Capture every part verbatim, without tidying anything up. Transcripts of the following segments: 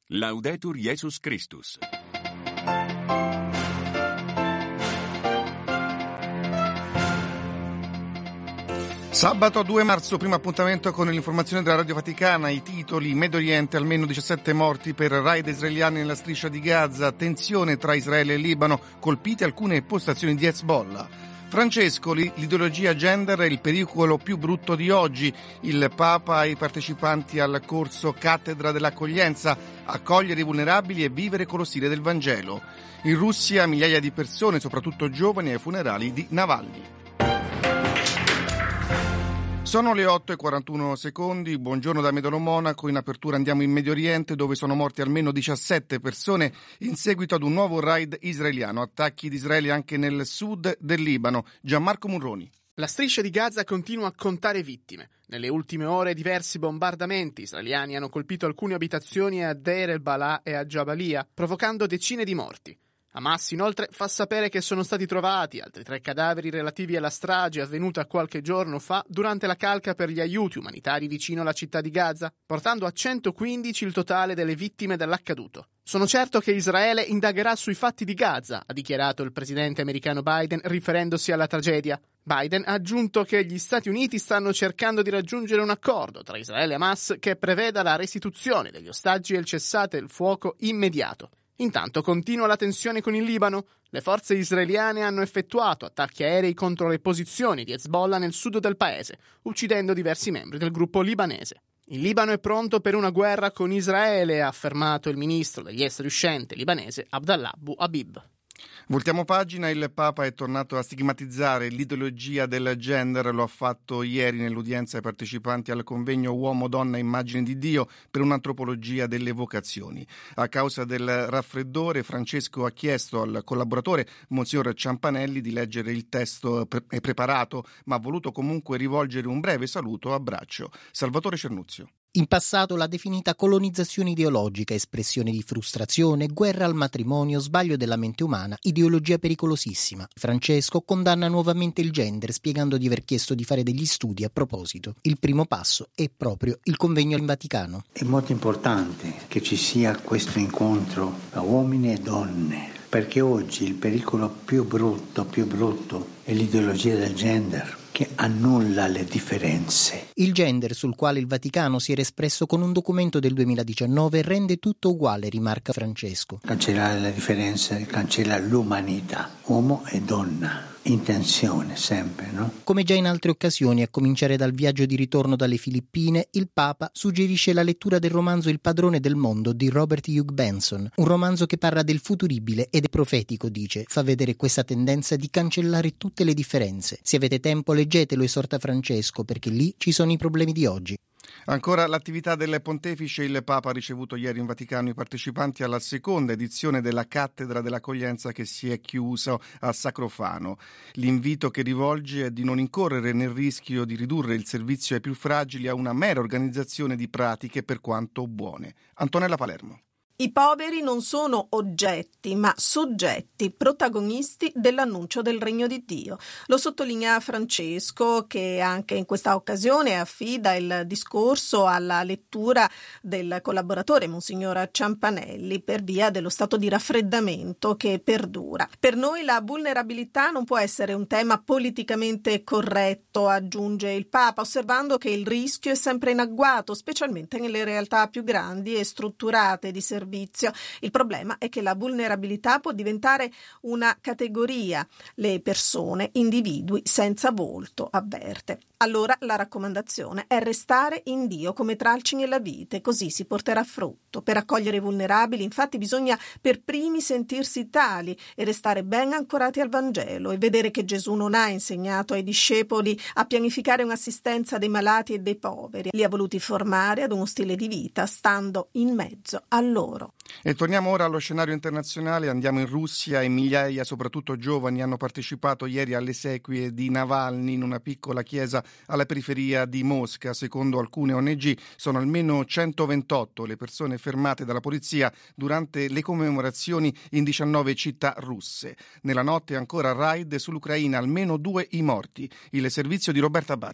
Laudetur Jesus Christus. Sabato due marzo, primo appuntamento con l'informazione della Radio Vaticana. I titoli: Medio Oriente, almeno diciassette morti per raid israeliani nella striscia di Gaza, tensione tra Israele e Libano, colpite alcune postazioni di Hezbollah. Francesco, l'ideologia gender è il pericolo più brutto di oggi. Il Papa e i partecipanti al corso Cattedra dell'accoglienza, accogliere i vulnerabili e vivere con lo stile del Vangelo. In Russia migliaia di persone, soprattutto giovani, ai funerali di Navalny. Sono le otto e quarantuno secondi, buongiorno da Medolo Monaco. In apertura andiamo in Medio Oriente, dove sono morti almeno diciassette persone in seguito ad un nuovo raid israeliano. Attacchi di Israele anche nel sud del Libano. Gianmarco Murroni. La striscia di Gaza continua a contare vittime. Nelle ultime ore diversi bombardamenti israeliani hanno colpito alcune abitazioni a Deir el-Balah e a Jabalia, provocando decine di morti. Hamas inoltre fa sapere che sono stati trovati altri tre cadaveri relativi alla strage avvenuta qualche giorno fa durante la calca per gli aiuti umanitari vicino alla città di Gaza, portando a centoquindici il totale delle vittime dell'accaduto. Sono certo che Israele indagherà sui fatti di Gaza, ha dichiarato il presidente americano Biden riferendosi alla tragedia. Biden ha aggiunto che gli Stati Uniti stanno cercando di raggiungere un accordo tra Israele e Hamas che preveda la restituzione degli ostaggi e il cessate il fuoco immediato. Intanto continua la tensione con il Libano. Le forze israeliane hanno effettuato attacchi aerei contro le posizioni di Hezbollah nel sud del paese, uccidendo diversi membri del gruppo libanese. Il Libano è pronto per una guerra con Israele, ha affermato il ministro degli esteri uscente libanese Abdallah Abu Habib. Voltiamo pagina. Il Papa è tornato a stigmatizzare l'ideologia del gender. Lo ha fatto ieri nell'udienza ai partecipanti al convegno Uomo-Donna Immagine di Dio per un'antropologia delle vocazioni. A causa del raffreddore, Francesco ha chiesto al collaboratore Monsignor Ciampanelli di leggere il testo pre- preparato, ma ha voluto comunque rivolgere un breve saluto a braccio. Salvatore Cernuzio. In passato l'ha definita colonizzazione ideologica, espressione di frustrazione, guerra al matrimonio, sbaglio della mente umana, ideologia pericolosissima. Francesco condanna nuovamente il gender, spiegando di aver chiesto di fare degli studi a proposito. Il primo passo è proprio il convegno in Vaticano. È molto importante che ci sia questo incontro tra uomini e donne, perché oggi il pericolo più brutto, più brutto è l'ideologia del gender, che annulla le differenze. Il gender, sul quale il Vaticano si era espresso con un documento del duemiladiciannove, rende tutto uguale, rimarca Francesco. Cancellare la differenza cancella l'umanità, uomo e donna, in tensione sempre, no? Come già in altre occasioni, a cominciare dal viaggio di ritorno dalle Filippine, il Papa suggerisce la lettura del romanzo Il padrone del mondo di Robert Hugh Benson, un romanzo che parla del futuribile ed è profetico, dice, fa vedere questa tendenza di cancellare tutte le differenze. Se avete tempo leggetelo, esorta Francesco, perché lì ci sono i problemi di oggi. Ancora l'attività del Pontefice. Il Papa ha ricevuto ieri in Vaticano i partecipanti alla seconda edizione della Cattedra dell'accoglienza che si è chiusa a Sacrofano. L'invito che rivolge è di non incorrere nel rischio di ridurre il servizio ai più fragili a una mera organizzazione di pratiche per quanto buone. Antonella Palermo. I poveri non sono oggetti, ma soggetti, protagonisti dell'annuncio del Regno di Dio. Lo sottolinea Francesco, che anche in questa occasione affida il discorso alla lettura del collaboratore Monsignor Ciampanelli per via dello stato di raffreddamento che perdura. Per noi la vulnerabilità non può essere un tema politicamente corretto, aggiunge il Papa, osservando che il rischio è sempre in agguato, specialmente nelle realtà più grandi e strutturate di servizio. Il problema è che la vulnerabilità può diventare una categoria, le persone, individui senza volto, avverte. Allora la raccomandazione è restare in Dio come tralci nella vite, così si porterà frutto. Per accogliere i vulnerabili, infatti, bisogna per primi sentirsi tali e restare ben ancorati al Vangelo e vedere che Gesù non ha insegnato ai discepoli a pianificare un'assistenza dei malati e dei poveri, li ha voluti formare ad uno stile di vita, stando in mezzo a loro. E torniamo ora allo scenario internazionale, andiamo in Russia e migliaia, soprattutto giovani, hanno partecipato ieri alle esequie di Navalny in una piccola chiesa alla periferia di Mosca. Secondo alcune O N G sono almeno centoventotto le persone fermate dalla polizia durante le commemorazioni in diciannove città russe. Nella notte ancora raid sull'Ucraina, almeno due i morti. Il servizio di Roberta Barbi.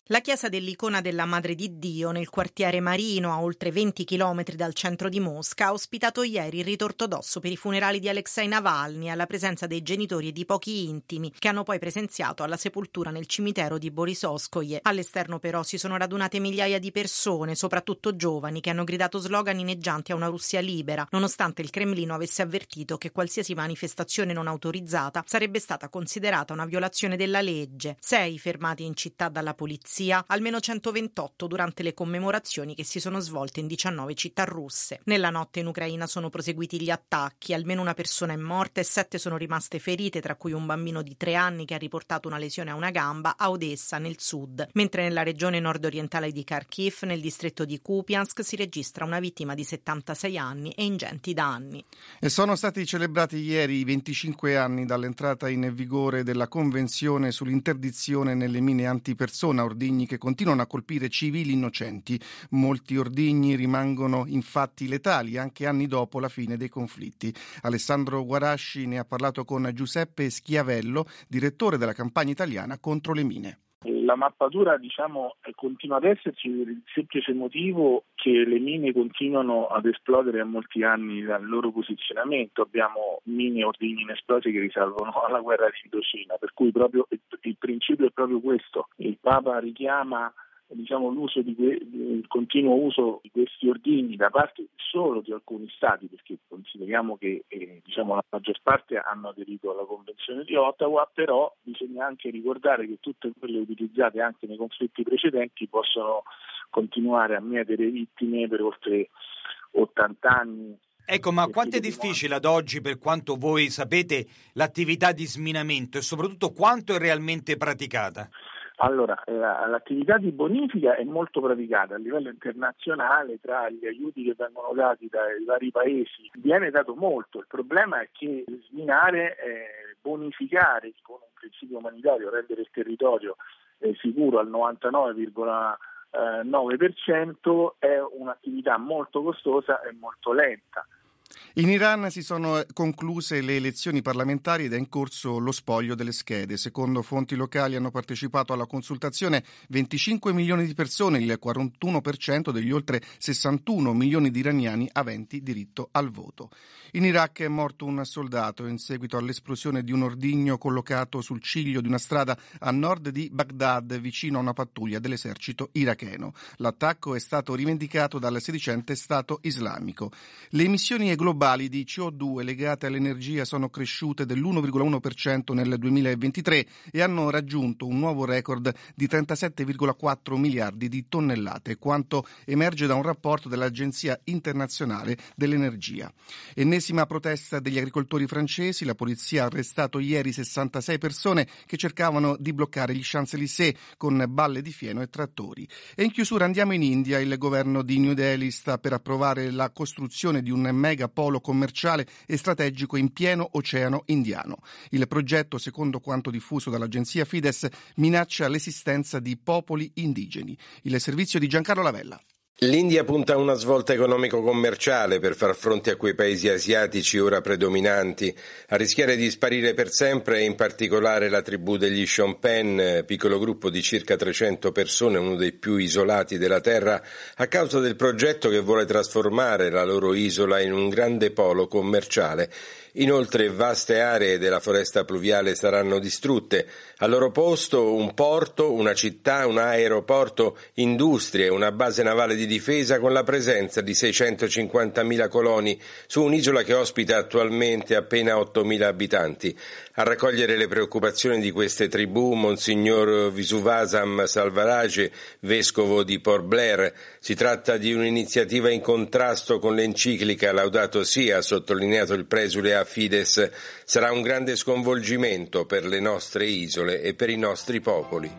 La chiesa dell'icona della Madre di Dio nel quartiere Marino, a oltre venti chilometri dal centro di Mosca, ha ospitato ieri il rito ortodosso per i funerali di Alexei Navalny, alla presenza dei genitori e di pochi intimi, che hanno poi presenziato alla sepoltura nel cimitero di Borisovskoye. All'esterno però si sono radunate migliaia di persone, soprattutto giovani, che hanno gridato slogan inneggianti a una Russia libera, nonostante il Cremlino avesse avvertito che qualsiasi manifestazione non autorizzata sarebbe stata considerata una violazione della legge. Sei fermati in città dalla polizia, almeno centoventotto durante le commemorazioni che si sono svolte in diciannove città russe. Nella notte in Ucraina sono proseguiti gli attacchi, almeno una persona è morta e sette sono rimaste ferite, tra cui un bambino di tre anni che ha riportato una lesione a una gamba a Odessa, nel sud, mentre nella regione nord-orientale di Kharkiv, nel distretto di Kupiansk, si registra una vittima di settantasei anni e ingenti danni. E sono stati celebrati ieri i venticinque anni dall'entrata in vigore della Convenzione sull'interdizione nelle mine antipersona, ordigni che continuano a colpire civili innocenti. Molti ordigni rimangono infatti letali anche anni dopo la fine dei conflitti. Alessandro Guarasci ne ha parlato con Giuseppe Schiavello, direttore della campagna italiana contro le mine. La mappatura, diciamo, continua ad esserci per il semplice motivo che le mine continuano ad esplodere a molti anni dal loro posizionamento. Abbiamo mine e ordigni inesplosi che risalgono alla guerra di Indocina, per cui proprio il, il principio è proprio questo. Il Papa richiama, diciamo, l'uso di que- il continuo uso di questi ordigni da parte solo di alcuni stati, perché consideriamo che eh, diciamo la maggior parte hanno aderito alla Convenzione di Ottawa, però bisogna anche ricordare che tutte quelle utilizzate anche nei conflitti precedenti possono continuare a mietere vittime per oltre ottanta anni. Ecco, ma quanto è difficile ad oggi, per quanto voi sapete, l'attività di sminamento e soprattutto quanto è realmente praticata? Allora, l'attività di bonifica è molto praticata a livello internazionale, tra gli aiuti che vengono dati dai vari paesi viene dato molto. Il problema è che sminare, eh, bonificare con un principio umanitario, rendere il territorio eh, sicuro al novantanove virgola nove per cento è un'attività molto costosa e molto lenta. In Iran si sono concluse le elezioni parlamentari ed è in corso lo spoglio delle schede. Secondo fonti locali hanno partecipato alla consultazione venticinque milioni di persone, il quarantuno per cento degli oltre sessantuno milioni di iraniani aventi diritto al voto. In Iraq è morto un soldato in seguito all'esplosione di un ordigno collocato sul ciglio di una strada a nord di Baghdad, vicino a una pattuglia dell'esercito iracheno. L'attacco è stato rivendicato dal sedicente Stato islamico. Le emissioni globali di C O due legate all'energia sono cresciute dell'uno virgola uno per cento nel duemilaventitré e hanno raggiunto un nuovo record di trentasette virgola quattro miliardi di tonnellate, quanto emerge da un rapporto dell'Agenzia internazionale dell'energia. Ennesima protesta degli agricoltori francesi. La polizia ha arrestato ieri sessantasei persone che cercavano di bloccare gli Champs-Élysées con balle di fieno e trattori. E in chiusura andiamo in India. Il governo di New Delhi sta per approvare la costruzione di un mega polo commerciale e strategico in pieno oceano indiano. Il progetto, secondo quanto diffuso dall'agenzia Fides, minaccia l'esistenza di popoli indigeni. Il servizio di Giancarlo Lavella. L'India punta a una svolta economico-commerciale per far fronte a quei paesi asiatici ora predominanti, a rischiare di sparire per sempre, e in particolare la tribù degli Shonpen, piccolo gruppo di circa trecento persone, uno dei più isolati della terra, a causa del progetto che vuole trasformare la loro isola in un grande polo commerciale. Inoltre vaste aree della foresta pluviale saranno distrutte. Al loro posto un porto, una città, un aeroporto, industrie, una base navale di difesa con la presenza di seicentocinquantamila coloni su un'isola che ospita attualmente appena ottomila abitanti. A raccogliere le preoccupazioni di queste tribù, Monsignor Visuvasam Salvarage, vescovo di Port Blair. Si tratta di un'iniziativa in contrasto con l'enciclica Laudato Si, ha sottolineato il presule a Fides. Sarà un grande sconvolgimento per le nostre isole e per i nostri popoli.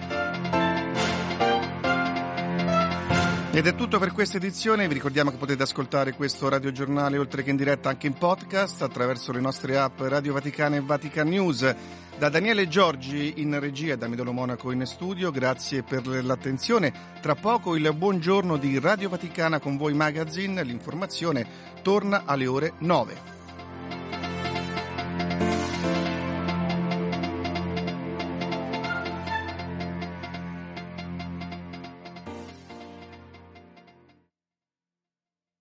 Ed è tutto per questa edizione. Vi ricordiamo che potete ascoltare questo radiogiornale oltre che in diretta anche in podcast attraverso le nostre app Radio Vaticana e Vatican News. Da Daniele Giorgi in regia e da Medolo Monaco in studio, grazie per l'attenzione. Tra poco il buongiorno di Radio Vaticana con voi Magazine, l'informazione torna alle ore nove.